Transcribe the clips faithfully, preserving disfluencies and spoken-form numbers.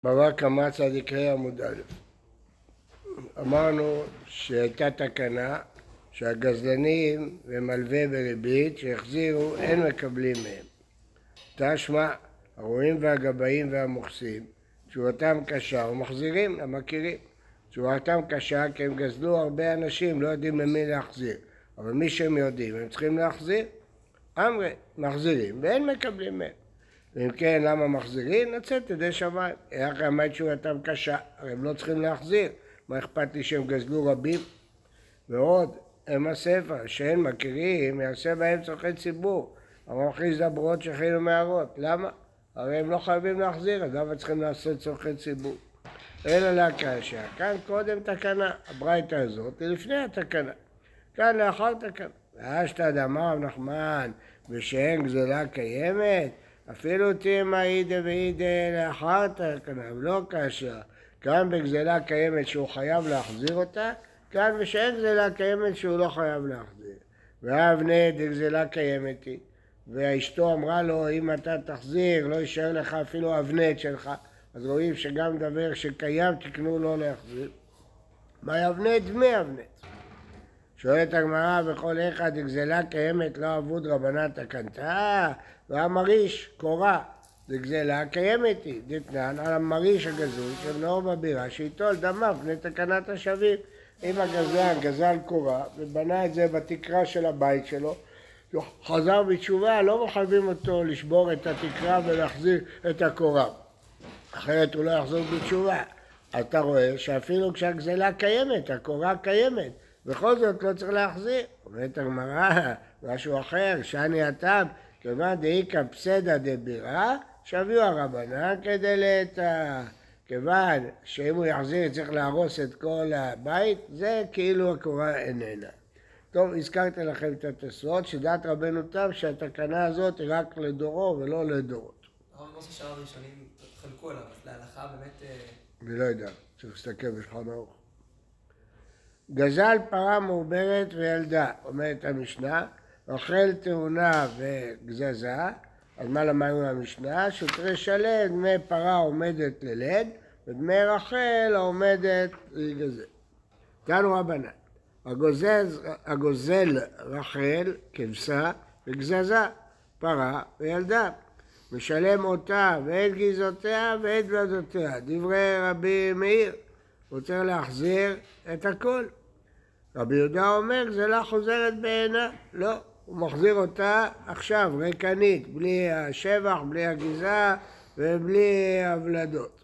בבא קמא צדיקי עמוד א'. אמרנו שהייתה תקנה שהגזלנים ומלווה בריבית שהחזירו אין מקבלים מהם. תשמע, הרועים והגבאים והמוכסים תשובתם קשה ומחזירים למכירים. תשובתם קשה כי הם גזלו הרבה אנשים, לא יודעים למי להחזיר, אבל מי שהם יודעים הם צריכים להחזיר. אמרי, מחזירים ואין מקבלים מהם. ואם כן, למה מחזירים? נצאת ידי שמיים. איך אמרה תשובתם קשה? הרי הם לא צריכים להחזיר. מה אכפת לי שהם גזלו רבים? ועוד, הם הספר, שאין מכירים, יעשה בהם צורכי ציבור. המכריז דברות שכינו מערות. למה? הרי הם לא חייבים להחזיר, אז למה צריכים לעשות צורכי ציבור? אלא להקשה. כאן קודם תקנה. הברייתא הזאת היא לפני התקנה. כאן לאחר תקנה. ואשתא דאמר רב נחמן ושאין גזלה קיימת, אפילו תהיה מעידה ועידה לאחר תקנה, ולא כאשר. כאן בגזלה קיימת שהוא חייב להחזיר אותה, כאן ושאין גזלה קיימת שהוא לא חייב להחזיר. והאבנה דגזלה קיימת היא, ואשתו אמרה לו, אם אתה תחזיר, לא יישאר לך אפילו אבנת שלך. אז רואים שגם דבר שקיים תקנו לו להחזיר. מה אבנת? דמי אבנת. שואלת הגמרא, וכל אחד גזלה קיימת לא עבוד רבנן תקנתה, והמריש קורה, גזלה קיימת היא, דתנן על המריש הגזול שבנאו בבירה שיטול דמיו פני תקנת השבים. אם הגזלן גזל קורה ובנה את זה בתקרה של הבית שלו, חזר בתשובה, לא מחייבים אותו לשבור את התקרה ולהחזיר את הקורה, אחרת הוא לא יחזור בתשובה. אתה רואה שאפילו כשהגזלה קיימת, הקורה קיימת, בכל זאת לא צריך להחזיר. אומרת הגמרא, משהו אחר, שאני הטעם, כיוון דאיקא פסדא דבירה, שביעו הרבנן כדי לטא. כיוון שאם הוא יחזיר צריך להרוס את כל הבית, זה כאילו הקורה איננה. טוב, הזכרתי לכם את התוספות, שדעת רבנו תם שהתקנה הזאת היא רק לדורו ולא לדורות. אבל כמו ששאר הראשונים חלקו עליו, אז להלכה באמת... אני לא יודע, צריך להסתכל בשולחן ערוך. גזל פרה מעוברת וילדה, אומרת המשנה, אוכל תאונה וגזזה, אז מה למדנו למשנה? שותרי שלד, דמי פרה עומדת ללד, ודמי רחל העומדת לגזל. כאן רבנן, הגוזז, הגוזל רחל, כבשה וגזזה, פרה וילדה. משלם אותה ואת גזעותיה ואת ולדותיה. דברי רבי מאיר, הוא צריך להחזיר את הכל. רבי יהודה אומר, גזלה חוזרת בעינה. לא, הוא מחזיר אותה עכשיו, ריקנית, בלי השבח, בלי הגזעה ובלי הוולדות.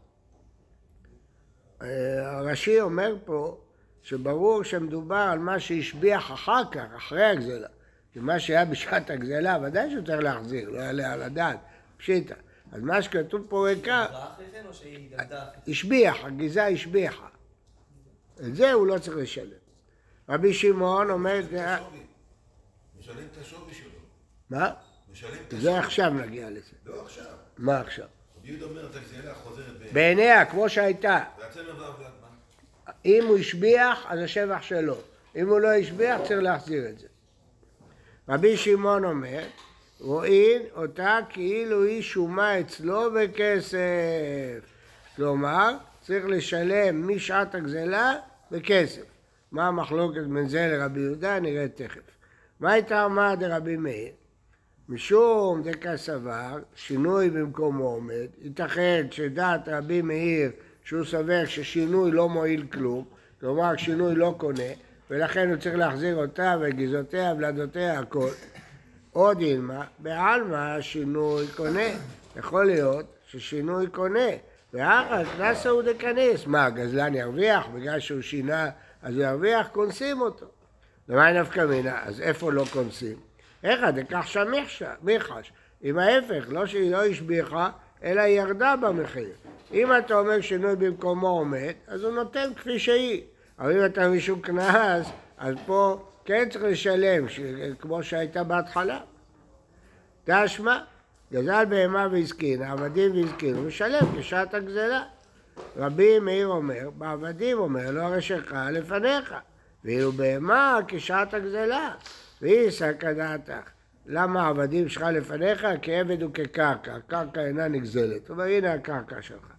הרש"י אומר פה שברור שמדובר על מה שהשביח אחר כך, אחרי הגזלה. כי מה שהיה בשעת הגזלה, ודאי שהוא צריך להחזיר, לא יעלה על הדעת, פשיטה. אז מה שכתוב פה ריקה, השביח, הגזעה השביחה. את זה הוא לא צריך לשלם. רבי שמעון אומר... משלם את השווי שלו. מה? משלם את השווי. זה עכשיו נגיע לזה. לא עכשיו. מה עכשיו? רבי יהודה אומר, את הגזלה חוזרת בעינה. בעיניה, כמו שהייתה. והצלם והוולד מה? אם הוא השביח, אז השבח שלו. אם הוא לא השביח, צריך להחזיר את זה. רבי שמעון אומר, רואים אותה כאילו היא שומה אצלו בכסף. כלומר, צריך לשלם משעת הגזלה בכסף. מה המחלוקת בין זה לרבי יהודה? נראה תכף. מה הייתה אמרה דרבי מאיר? משום דקה סבר, שינוי במקום עומד, ייתכן שדעת רבי מאיר שהוא סבר ששינוי לא מועיל כלום, כלומר שינוי לא קונה, ולכן הוא צריך להחזיר אותה וגזעותיה ולדותיה הכל. עוד אילמה, בעלמא שינוי קונה. יכול להיות ששינוי קונה. ואחר קנסה הוא דקנס. מה, הגזלן ירוויח? בגלל שהוא שינה אז הוא ירוויח, קונסים אותו. למה נפקא מינה? אז איפה לא קונסים? איך דקח שם מיחש. אם ההפך, לא שהיא לא השביחה, אלא היא ירדה במחיר. אם אתה אומר שינוי במקומו עומד, אז הוא נותן כפי שהיא. אבל אם אתה מישהו קנס, אז פה כן צריך לשלם, כמו שהייתה בהתחלה. תשמע, גזל בהמה והזקין, עבדים והזקין, הוא משלם כשעת הגזלה. רבי מאיר אומר, בעבדים אומר, לא הרי שלך לפניך, ואילו בהמה כשעת הגזלה, והיא סקא דעתך. למה העבדים שלך לפניך? כי עבד הוא כקרקע, הקרקע אינה נגזלת. הוא אומר, הנה הקרקע שלך.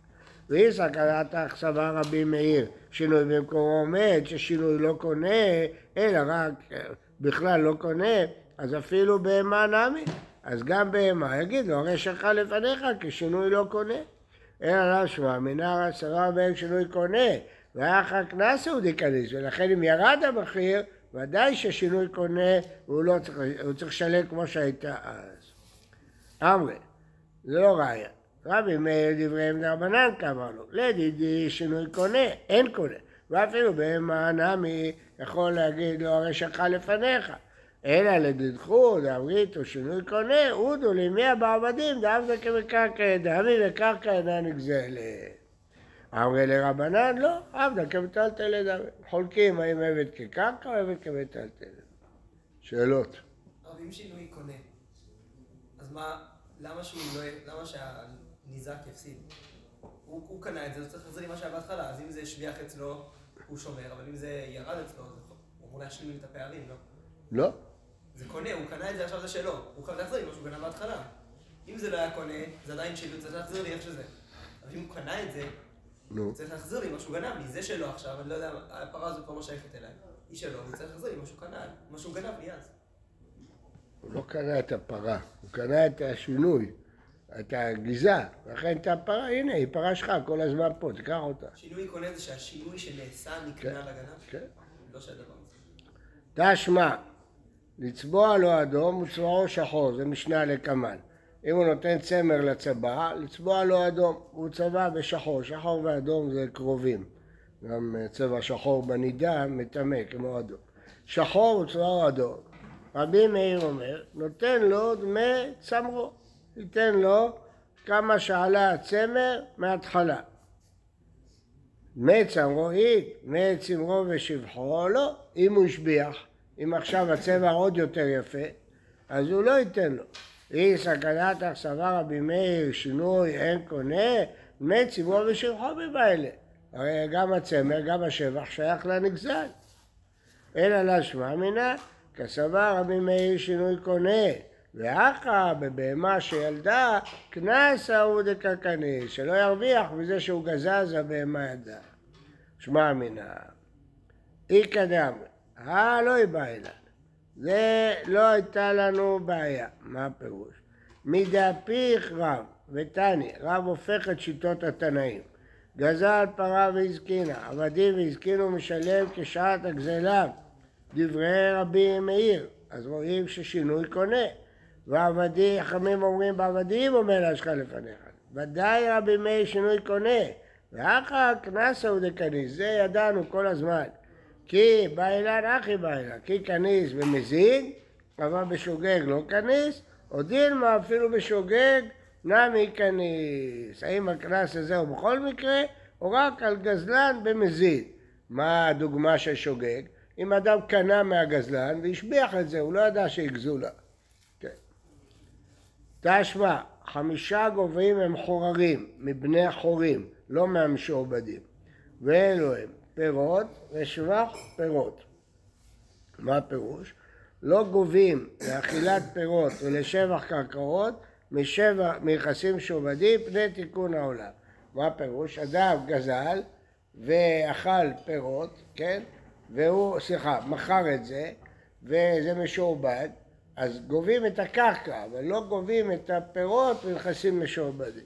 והיא סכנת סבר רבי מאיר, שינוי במקומו עומד, ששינוי לא קונה, אלא רק בכלל לא קונה, אז אפילו בהמה נמי, אז גם בהמה יגיד לו, הרי שלך לפניך, כי שינוי לא קונה. אלא לשמע, מנהר סבר בין שינוי קונה, ואחר קנס הוא דקניס, ולכן אם ירד המחיר, ודאי ששינוי קונה, הוא, לא צריך, הוא צריך לשלם כמו שהייתה אז. אמרי, זה לא ראיה. רבי מאיר דבריהם דרבנן כאמר לו, לדידי שינוי קונה, אין קונה. ואפילו בהמה נמי יכול להגיד לו, הרי שלך לפניך. אלא לדדחו, דאמרית או שינוי קונה, אודו לימי בעבדים, דאבדה כמקרקע, דאמי וקרקע אינה נגזלת. אמרי לרבנן, לא, עבדה כמטלטלת, חולקים האם עבד כקרקע או עבד כמטלטלת. שאלות. אבל אם שינוי קונה, אז מה, למה שהוא לא, למה שהניזק יפסיד? הוא, הוא קנה את זה, הוא צריך להחזיר לי מה שהיה בהתחלה, אז אם זה שליח אצלו, הוא שומר, אבל אם זה ירד אצלו, הוא אמור להשלים את הפערים, לא? לא. זה קונה, הוא קנה את זה, עכשיו זה שלו, הוא חייב להחזיר לי מה שהוא קנה בהתחלה. אם זה לא היה קונה, זה עדיין שלי, הוא צריך להחזיר לי איך שזה. אבל אם הוא קנה את זה, הוא צריך להחזיר לי מה שהוא גנב לי, זה שלו עכשיו, אני לא יודע, הפרה הזו כבר לא שייכת אליי. היא שלו, הוא צריך להחזיר לי מה שהוא קנה, מה שהוא גנב לי אז. הוא לא קנה את הפרה, הוא קנה את השינוי, את הגיזה, לכן את הפרה, הנה, היא פרה שלך כל הזמן פה, תקח אותה. שינוי קונה זה שהשינוי שנעשה נקנה לגנב? כן. לא שהדבר הזה. תשמע, לצבוע לו אדום וצבעו שחור, זה משנה לקמן. אם הוא נותן צמר לצבע, לצבוע לו אדום, הוא צבע בשחור, שחור ואדום זה קרובים. גם צבע שחור בנידה מטמא כמו אדום. שחור וצבעו אדום. רבי מאיר אומר, נותן לו דמי צמרו, ייתן לו כמה שעלה הצמר מההתחלה. דמי צמרו היא, דמי צמרו ושבחו, לא, אם הוא השביח, אם עכשיו הצבע עוד יותר יפה, אז הוא לא ייתן לו. היא סכנת סבר רבי מאיר, שינוי אין קונה, דמי צמרו ושבחו בבעלה. הרי גם הצמר, גם השבח שייך לנגזל. אלא לשמע מינה, כסבר רבי מאיר שינוי קונה, ואחר בבהמה שילדה, קנס ההוא דקרקניס, שלא ירוויח מזה שהוא גזז הבהמה ידה. שמע מינה, אי קדם, אה לא יבא אלינו, זה לא הייתה לנו בעיה. מה הפירוש? מדפיך רב ותני, רב הופך את שיטות התנאים. גזל פרה והזקינה, עבדים והזקינו משלם כשעת הגזלה. דברי רבי מאיר, אז רואים ששינוי קונה. ועבדי, חכמים אומרים בעבדים אומר להשך לפניך. ודאי רבי מאיר שינוי קונה. ואחר קנס הוא דקניס, זה ידענו כל הזמן. כי בא אילן אחי בא אילן, כי כניס ומזין, אבל בשוגג לא כניס, או דילמה אפילו בשוגג נמי כניס. האם הקנס הזה הוא בכל מקרה, או רק על גזלן במזין? מה הדוגמה של שוגג? אם אדם קנה מהגזלן והשביח את זה, הוא לא ידע שיגזו לה. כן. תשמע, חמישה גוברים הם חוררים, מבני חורים, לא מהמשועבדים. ואלו הם פירות ושבח פירות. מה הפירוש? לא גובים לאכילת פירות ולשבח קרקעות משבח מיחסים משועבדים פני תיקון העולם. מה הפירוש? אדם גזל ואכל פירות, כן? והוא, סליחה, מכר את זה, וזה משועבד, אז גובים את הקרקע, אבל לא גובים את הפירות ונכסים משועבדים.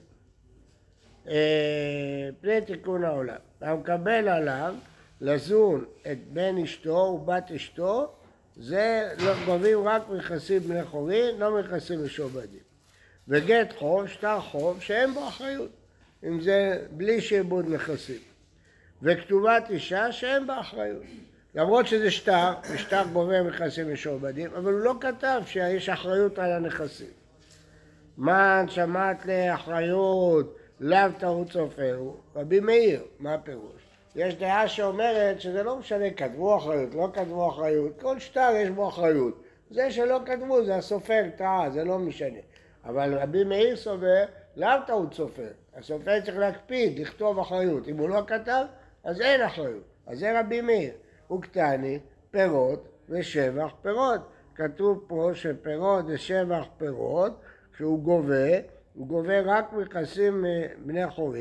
פני תיקון העולם. אתה מקבל עליו לזון את בן אשתו ובת אשתו, זה לא גובים רק מנכסים בני חורין, לא מנכסים משועבדים. וגט חוב, שטר חוב, שאין בו אחריות, אם זה בלי שעבוד נכסים. וכתובת אישה שאין בה אחריות. למרות שזה שטר, ושטר גובה מנכסים משועבדים, אבל הוא לא כתב שיש אחריות על הנכסים. מן שמעת לאחריות, לאו טעות סופרו, רבי מאיר, מה הפירוש? יש דעה שאומרת שזה לא משנה, כתבו אחריות, לא כתבו אחריות, כל שטר יש בו אחריות. זה שלא כתבו, זה הסופר טעה, זה לא משנה. אבל רבי מאיר סובר, לאו טעות סופר. הסופר צריך להקפיד, לכתוב אחריות. אם הוא לא כתב, אז אין אחריות. אז זה רבי מאיר. הוא קטני, פירות ושבח פירות. כתוב פה שפירות ושבח פירות, כשהוא גובה, הוא גובה רק מכסים בני חורין,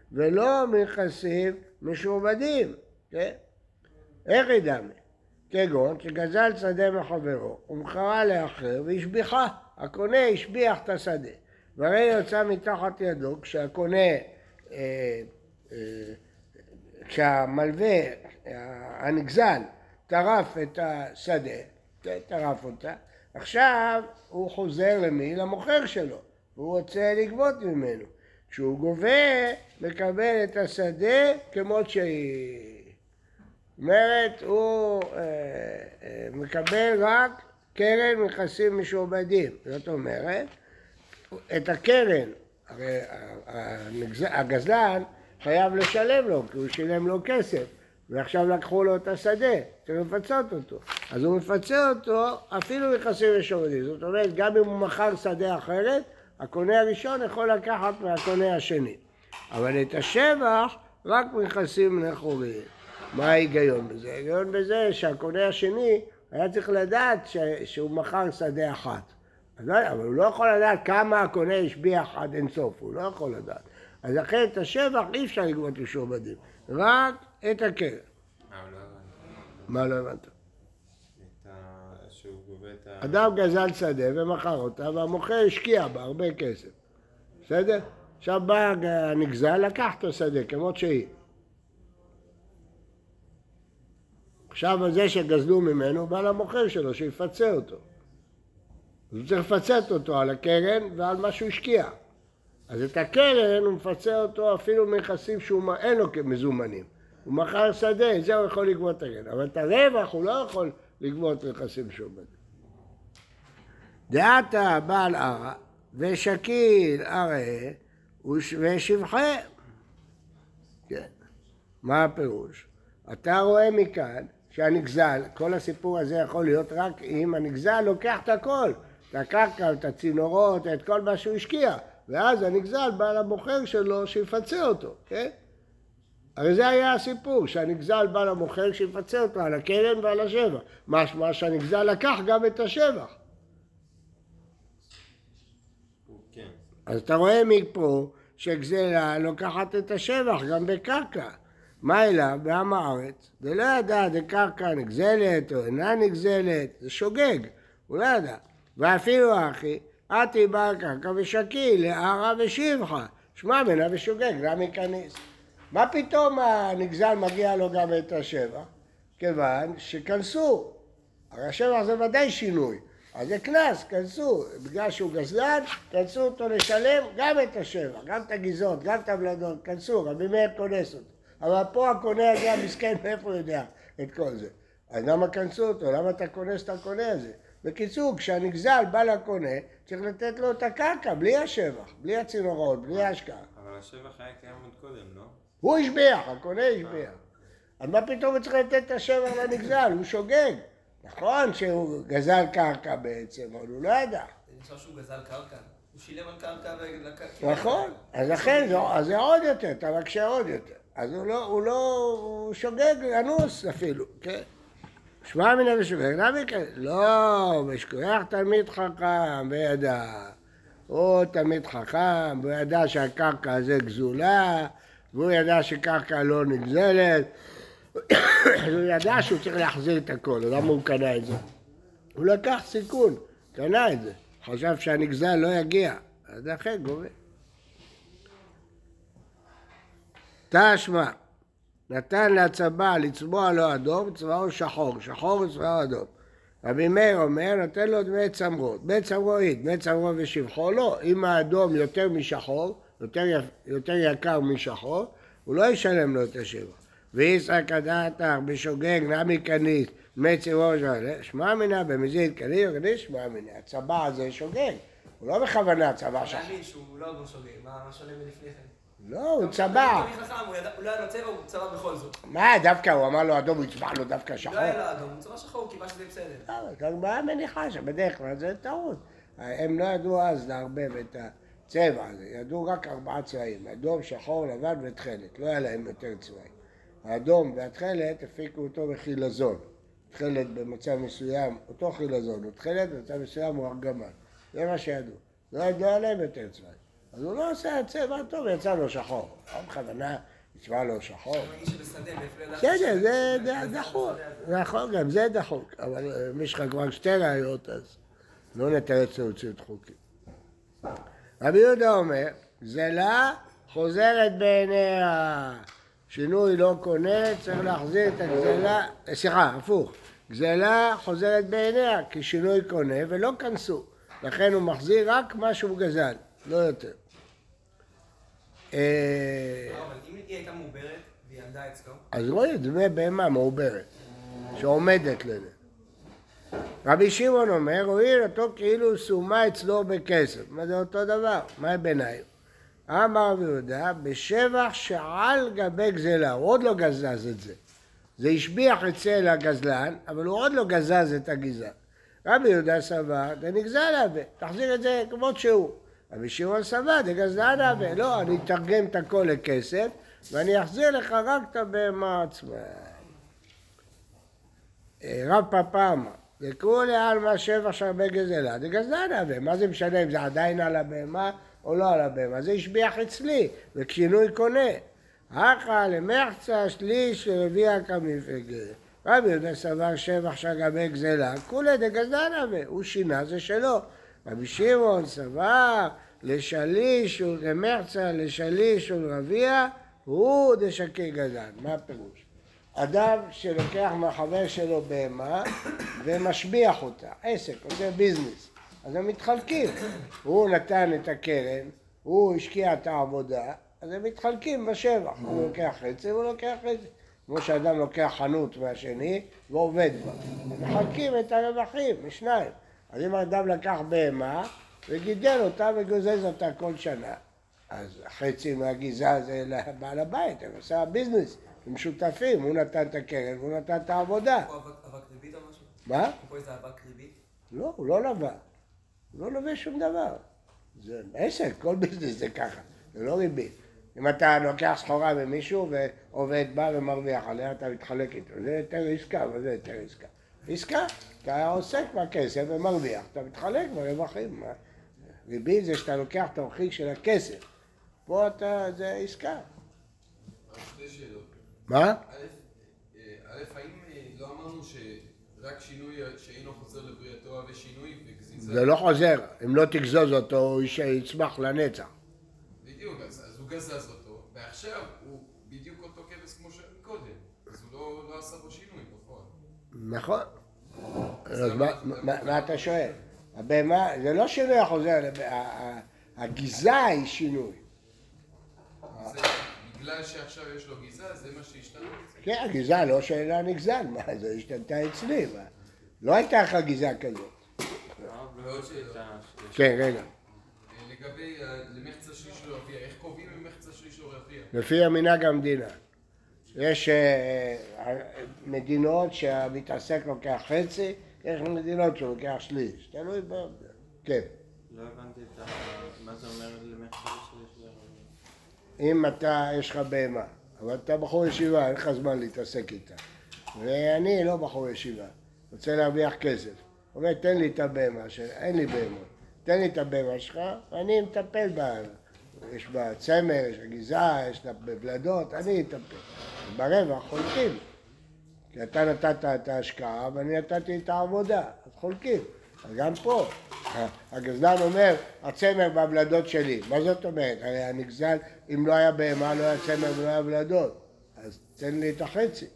ולא מנכסים משועבדים, כן? איך ידמה? כגון שגזל שדה מחברו ומכרה לאחר והשביחה, הקונה השביח את השדה, והרי יוצא מתחת ידו כשהקונה, אה, אה, כשהמלווה, הנגזל, טרף את השדה, טרף אותה, עכשיו הוא חוזר למי? למוכר שלו, והוא רוצה לגבות ממנו. כשהוא גובה, מקבל את השדה כמות שהיא. זאת אומרת, הוא אה, אה, מקבל רק קרן נכסים משועבדים. זאת אומרת, את הקרן, הרי הנגז... הגזלן חייב לשלם לו, כי הוא שילם לו כסף, ועכשיו לקחו לו את השדה, צריך לפצות אותו. אז הוא מפצה אותו אפילו נכסים משועבדים. זאת אומרת, גם אם הוא מכר שדה אחרת, הקונה הראשון יכול לקחת מהקונה השני. אבל את השבח רק מנכסים נכסיים. מה ההיגיון בזה? ההיגיון בזה שהקונה השני היה צריך לדעת ש... שהוא מכר שדה אחת. אבל הוא לא יכול לדעת כמה הקונה השביח עד אינסוף, הוא לא יכול לדעת. אז לכן את השבח אי אפשר לגבות משועבדים, רק את הקרן. מה לא הבנת? אדם גזל שדה ומכר אותה, והמוכר השקיע בה הרבה כסף. בסדר? עכשיו בא הנגזל, לקח את השדה כמות שהיא. עכשיו זה שגזלו ממנו בא למוכר שלו שיפצה אותו. אז הוא צריך לפצת אותו על הקרן ועל מה שהוא השקיע. אז את הקרן הוא מפצה אותו אפילו מנכסים שאין לו כמזומנים. הוא מכר שדה, זה הוא יכול לגבות את הקרן. אבל את הרווח הוא לא יכול לגבות נכסים שעובדים. דעת הבעל ערה ושקיל ערה ושבחה. כן. מה הפירוש? אתה רואה מכאן שהנגזל, כל הסיפור הזה יכול להיות רק אם הנגזל לוקח את הכל, את הקרקע, את הצינורות, את כל מה שהוא השקיע, ואז הנגזל בא למוכר שלו שיפצה אותו, כן? הרי זה היה הסיפור, שהנגזל בא למוכר שיפצה אותו על הקרן ועל השבח. משמע שהנגזל לקח גם את השבח. כן. אז אתה רואה מפה שגזלה לוקחת את השבח גם בקרקע. מה אליו? בעם הארץ, ולא ידע דקרקע נגזלת או אינה נגזלת, זה שוגג, הוא לא ידע. ואפילו אחי, עתי בעל קרקע ושקיל, לערה ושבחה, שמע מנה ושוגג, גם ייכנס. מה פתאום הנגזל מגיע לו גם את השבח? כיוון שכנסו, הרי השבח זה ודאי שינוי, אז זה כנס, כנסו, בגלל שהוא גזלן, כנסו אותו לשלם גם את השבח, גם את הגיזות, גם את הוולדות, כנסו, רבי מאיר כונס אותו. אבל פה הקונה הזה המסכן, מאיפה הוא יודע את כל זה? אז למה כנסו אותו? למה אתה כונס את הקונה הזה? בקיצור, כשהנגזל בא לקונה, צריך לתת לו את הקרקע, בלי השבח, בלי הצינורות, בלי ההשקעה. אבל השבח היה קיים עוד קודם, לא? הוא השביח, הקונה השביח. אז מה פתאום הוא צריך לתת את השבח לנגזל? הוא שוגג. נכון שהוא גזל קרקע בעצם, אבל הוא לא ידע. אני חושב שהוא גזל קרקע. הוא שילם על קרקע ו... נכון, אז לכן זה עוד יותר, אתה מקשה עוד יותר. אז הוא לא, הוא לא, הוא שוגג, אנוס אפילו, כן? שמע מנה ושוגג, למה כן? לא, משכוח תלמיד חכם וידע. הוא תלמיד חכם, והוא ידע שהקרקע הזה גזולה, והוא ידע שקרקע לא נגזלת, הוא ידע שהוא צריך להחזיר את הכל, למה הוא קנה את זה? הוא לקח סיכון, קנה את זה, חשב שהנגזל לא יגיע, אז לכן גובה. תשמע, נתן לצבא לצבוע לו אדום, צבעו שחור, שחור צבעו אדום. רבי מאיר אומר, נותן לו דמי צמרות, דמי צמרועית, דמי צמרות ושבחו, לא, אם האדום יותר משחור, יותר, יותר יקר משחור, הוא לא ישלם לו את השבח. וישחק הדעתך בשוגג, נמי כניס, דמי צמרות ושבחו, שמע מינה במזיד כניס, וכניס שמע מינה, הצבא הזה שוגג, הוא לא בכוונה צבא שחור. להאמין שהוא לא אדום שוגג, מה שונה מלפני כן? לא, הוא צבע. הוא לא היה לו צבע, הוא צבע בכל זאת. מה, דווקא הוא אמר לו אדום, הוא יצבע לו דווקא שחור. לא היה לו אדום, הוא צבע שחור, הוא קיווה שזה בסדר. הגמרא מניחה שבדרך כלל זה טעות. הם לא ידעו אז לערבב את הצבע הזה, ידעו רק ארבעה צבעים, אדום, שחור, לבן ותכלת, לא היה להם יותר צבעים. האדום והתכלת הפיקו אותו בחילזון. תכלת במצב מסוים, אותו חילזון, ותכלת במצב מסוים הוא ארגמן. זה מה שידעו. לא היה להם יותר צבעים. אז הוא לא עושה צבע טוב, יצא לו שחור. לא בכוונה, יצבע לו שחור. מי שבשדה, מאיפה לדעת... בסדר, זה דחוק. נכון, גם זה דחוק. אבל אם יש לך כבר שתי ראיות, אז לא נתרץ להוציא דחוקים. רבי יהודה אומר, גזלה חוזרת בעיניה. שינוי לא קונה, צריך להחזיר את הגזלה, סליחה, הפוך. גזלה חוזרת בעיניה, כי שינוי קונה ולא כנסו. לכן הוא מחזיר רק מה שהוא גזל, לא יותר. אבל אם היא הייתה מעוברת והיא ילדה אצלו... אז רואה, דמי בהמה מעוברת, שעומדת לזה. רבי שמעון אומר, רואים אותו כאילו סומה אצלו בכסף. מה זה אותו דבר? מה ביניים? אמר רבי יהודה, בשבח שעל גבי גזלה, הוא עוד לא גזז את זה. זה השביח אצל הגזלן, אבל הוא עוד לא גזז את הגזל. רבי יהודה סבר, זה נגזל הרבה, תחזיר את זה כמות שהוא. רבי שמעון סבר, זה גזלן הרבה. לא, אני אתרגם את הכל לכסף, ואני אחזיר לך רק את הבהמה עצמה. רב פאפא אמר, לקרוא לעלמא שבח שהרבה גזלה, זה גזלן הרבה. מה זה משנה אם זה עדיין על הבהמה או לא על הבהמה? זה השביח אצלי, וכשינוי קונה. הכא למחצה שליש רביע כמפגר. רבי יהודה סבר שבח שהרבה גזלה, כולי דגזלן הרבה, הוא שינה, זה שלו. רבי שמעון סבר לשליש ולמחצה, לשליש ולרביע, הוא דשקי גזלן. מה הפירוש? אדם שלוקח מהחבר שלו בהמה ומשביח אותה, עסק, עושה ביזנס, אז הם מתחלקים. הוא נתן את הקרן, הוא השקיע את העבודה, אז הם מתחלקים בשבח. הוא לוקח חצי והוא לוקח חצי. כמו שאדם לוקח חנות מהשני ועובד בה. הם מחלקים את הרווחים משניים. אז אם האדם לקח בהמה וגידל אותה וגוזז אותה כל שנה, אז חצי מהגיזה זה לבעל הבית, הם עושה ביזנס. הם שותפים, הוא נתן את הקרן והוא נתן את העבודה. הוא אבק ריבית או משהו? מה? פה איזה אבק ריבית? לא, הוא לא לווה. הוא לא לווה שום דבר. זה עסק, כל ביזנס זה ככה, זה לא ריבית. אם אתה לוקח סחורה ממישהו ועובד בה ומרוויח עליה, אתה מתחלק איתו. זה יותר עסקה, מה זה יותר עסקה? עסקה, אתה עוסק בכסף ומרוויח, אתה מתחלק ברווחים. ריבית זה שאתה לוקח את המחיר של הכסף. פה אתה, זה עסקה. שתי שאלות. מה? א', האם לא אמרנו שרק שינוי שאינו חוזר לבריאתו ושינוי וגזיזה? זה לא חוזר, אם לא תגזוז אותו, הוא יצמח לנצח. בדיוק, אז הוא גזז אותו, ועכשיו הוא בדיוק אותו כבש כמו שקודם, אז הוא לא, לא עשה בו שינוי בפועל. נכון. אז מה אתה שואל? הבהמה, זה לא שינוי החוזר, הגיזה היא שינוי. זה בגלל שעכשיו יש לו גיזה, זה מה שהשתנה? כן, הגיזה לא שאלה נגזל, מה, זה השתנתה אצלי, מה? לא הייתה לך גיזה כזאת. ועוד שאלה. כן, רגע. לגבי למחצה שליש או רביע, איך קובעים למחצה שליש או רביע? לפי המנהג המדינה. יש מדינות שהמתעסק לוקח חצי, יש מדינות שהוא לוקח שליש. תלוי ב... כן. לא הבנתי את ה... מה זה אומר למחצה שליש לרביע? אם אתה, יש לך בהמה, אבל אתה בחור ישיבה, אין לך זמן להתעסק איתה. ואני לא בחור ישיבה, רוצה להרוויח כסף. אומר, תן לי את הבהמה, אין לי בהמה. תן לי את הבהמה שלך, ואני מטפל בה. יש בה צמר, יש בה גיזה, יש לה בבלדות, אני אטפל. ברווח חולקים. כי אתה נתת את ההשקעה ואני נתתי את העבודה, אז חולקים. אז גם פה, הגזלן אומר, הצמר בבלדות שלי. מה זאת אומרת? הרי הנגזל, אם לא היה בהמה, לא היה צמר ולא היה בלדות. אז תן לי את החצי.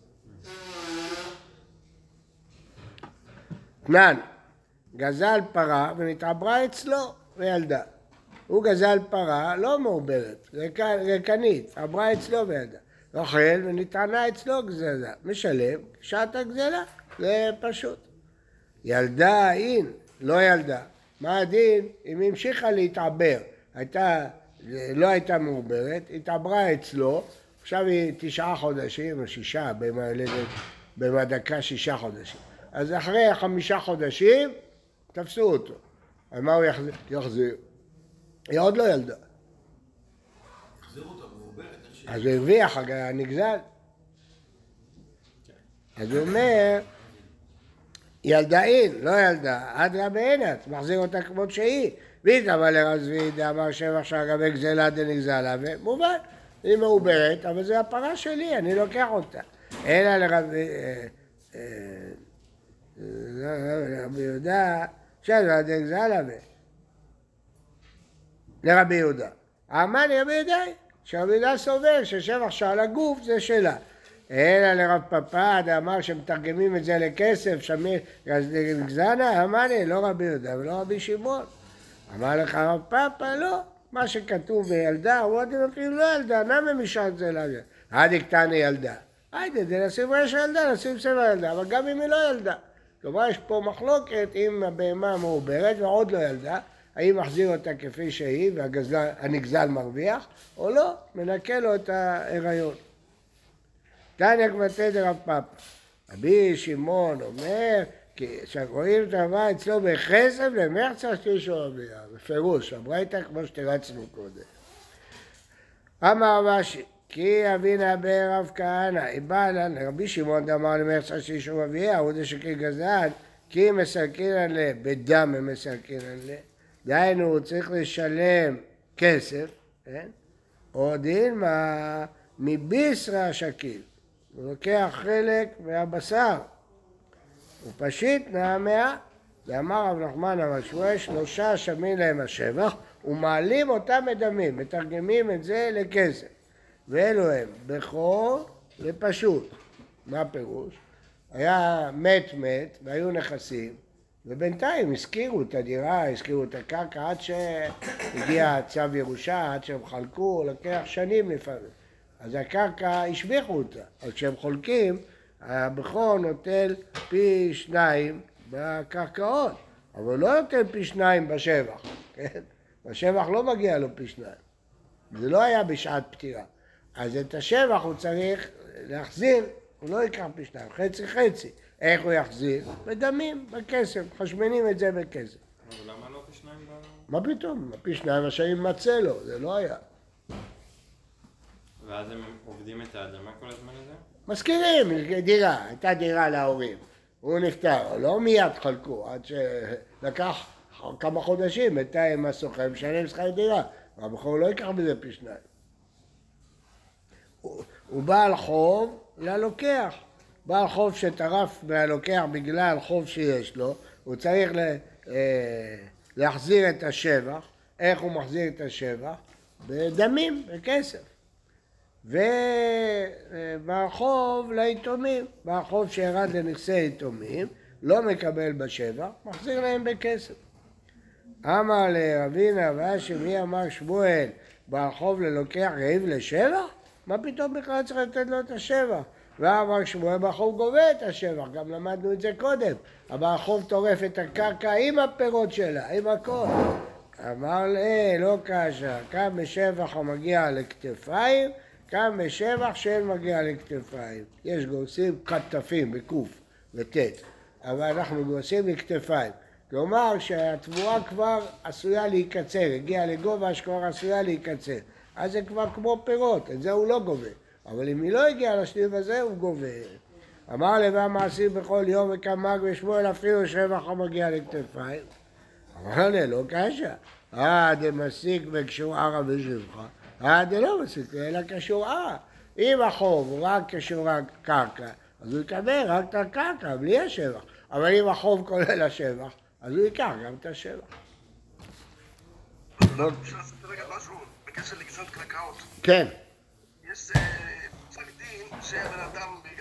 תנן, גזל פרה ונתעברה אצלו וילדה. הוא גזל פרה לא מעוברת, רקנית, עברה אצלו וילדה. אוכל ונטענה אצלו גזלה, משלם שעת הגזלה, זה פשוט. ילדה אין, לא ילדה. מה הדין? אם היא המשיכה להתעבר, הייתה, לא הייתה מעוברת, התעברה אצלו, עכשיו היא תשעה חודשים או שישה, במדקה שישה חודשים. אז אחרי חמישה חודשים, תפסו אותו. אז מה הוא יחזיר? יחזיר. היא עוד לא ילדה. החזירו אותה מעוברת. אז הוא הרוויח, הנגזל. אז הוא אומר, ילדה אין, לא ילדה, אדרא בעינת, מחזיר אותה כמות שהיא. ואיתמר לרזבי דאמר שבח שהגבי גזלה דנגזל לה, ומובן, היא מעוברת, אבל זה הפרה שלי, אני לוקח אותה. אלא לרבי לרבי יהודה, שבח דנגזל לה, לרבי יהודה. אמר לי רבי יהודה, שרבי יהודה סובר ששבח שעל הגוף זה שלה. אלא לרב פפד אמר שמתרגמים את זה לכסף, שמיר גזנה, אמר לי, לא רבי יהודה ולא רבי שמעון. אמר לך רב פפא, לא, מה שכתוב בילדה, הוא עדיין אפילו לא ילדה, נמה משעת זה להגיד. עדי קטני ילדה. היידה, זה לשים רשע ילדה, לשים סבע ילדה, אבל גם אם היא לא ילדה. כלומר, יש פה מחלוקת אם הבהמה מעוברת ועוד לא ילדה, האם מחזיר אותה כפי שהיא והנגזל מרוויח, או לא, מנקה לו את ההיריון. תניא כבתי דרב פפא. רבי שמעון אומר, כשרואים את הרמה אצלו בכסף למחצה שלישו רבייה, בפירוש, הברייתא כמו שתרצנו קודם. אמר רש"י, כי אבינה ברב כהנא, איבאלן, רבי שמעון אמר למחצה שלישו רבייה, הוא זה שכי גזען, כי מסלקינן לה, בדם הם מסלקינן לה, דהיינו הוא צריך לשלם כסף, כן? או דילמה מביסרא שקיל, הוא לוקח חלק מהבשר, הוא פשיט נעמיה, ואמר רב נחמן המשמואל, שלושה שמים להם השבח, ומעלים אותם מדמים, מתרגמים את זה לכסף. ואלו הם, בכור ופשוט. מה הפירוש? היה מת מת, והיו נכסים, ובינתיים הזכירו את הדירה, הזכירו את הקרקע, עד שהגיע צו ירושה, עד שהם חלקו, לקח שנים לפעמים. אז הקרקע השביחו אותה, אז כשהם חולקים, הבכור נוטל פי שניים בקרקעות, אבל לא נוטל פי שניים בשבח, כן? בשבח לא מגיע לו פי שניים. זה לא היה בשעת פטירה. אז את השבח הוא צריך להחזיר, הוא לא ייקח פי שניים, חצי חצי. איך הוא יחזיר? בדמים, בכסף, חשמנים את זה בכסף. אבל למה לא פי שניים? מה פתאום? פי שניים אשר ימצא לו, זה לא היה. ואז הם עובדים את האדמה כל הזמן הזה? מזכירים, דירה, הייתה דירה להורים. הוא נפטר, לא מיד חלקו, עד שלקח כמה חודשים, בינתיים הסוחר משלם שכר דירה. הבחור לא ייקח בזה פי שניים. הוא, הוא בעל חוב ללוקח. בעל חוב שטרף מהלוקח בגלל חוב שיש לו, הוא צריך לה, אה, להחזיר את השבח. איך הוא מחזיר את השבח? בדמים, בכסף. ובחוב ליתומים, בחוב שירד לנכסי יתומים, לא מקבל בשבח, מחזיר להם בכסף. אמר לרבינה ואשי, מי אמר שמואל, בחוב ללוקח רעיב לשבח? מה פתאום בכלל צריך לתת לו את השבח? ואמר שמואל, בחוב גובה את השבח, גם למדנו את זה קודם, אבל החוב טורף את הקרקע עם הפירות שלה, עם הכל. אמר לה, לא קשה, כאן בשבח המגיע לכתפיים, כאן בשבח שאין מגיע לכתפיים. יש גורסים כתפים בקוף וטט, אבל אנחנו גורסים לכתפיים. כלומר שהתבואה כבר עשויה להיקצר, הגיעה לגובה שכבר עשויה להיקצר. אז זה כבר כמו פירות, את זה הוא לא גובה. אבל אם היא לא הגיעה לשלב הזה, הוא גובה. אמר לבה מעשים בכל יום וקמג ושמואל אפילו שבח המגיע לכתפיים. אמר לה, לא קשה. אה, דמסיק וקשור ערה בשבחה. אה, זה לא מסיק, אלא קשור ערה. אם החוב הוא רק קשור קרקע, אז הוא יקבל רק את הקרקע, בלי השבח. אבל אם החוב כולל השבח, אז הוא ייקח גם את השבח. אפשר לעשות רגע משהו בקשר לגזלת קרקעות. כן. יש פסק דין שהבן אדם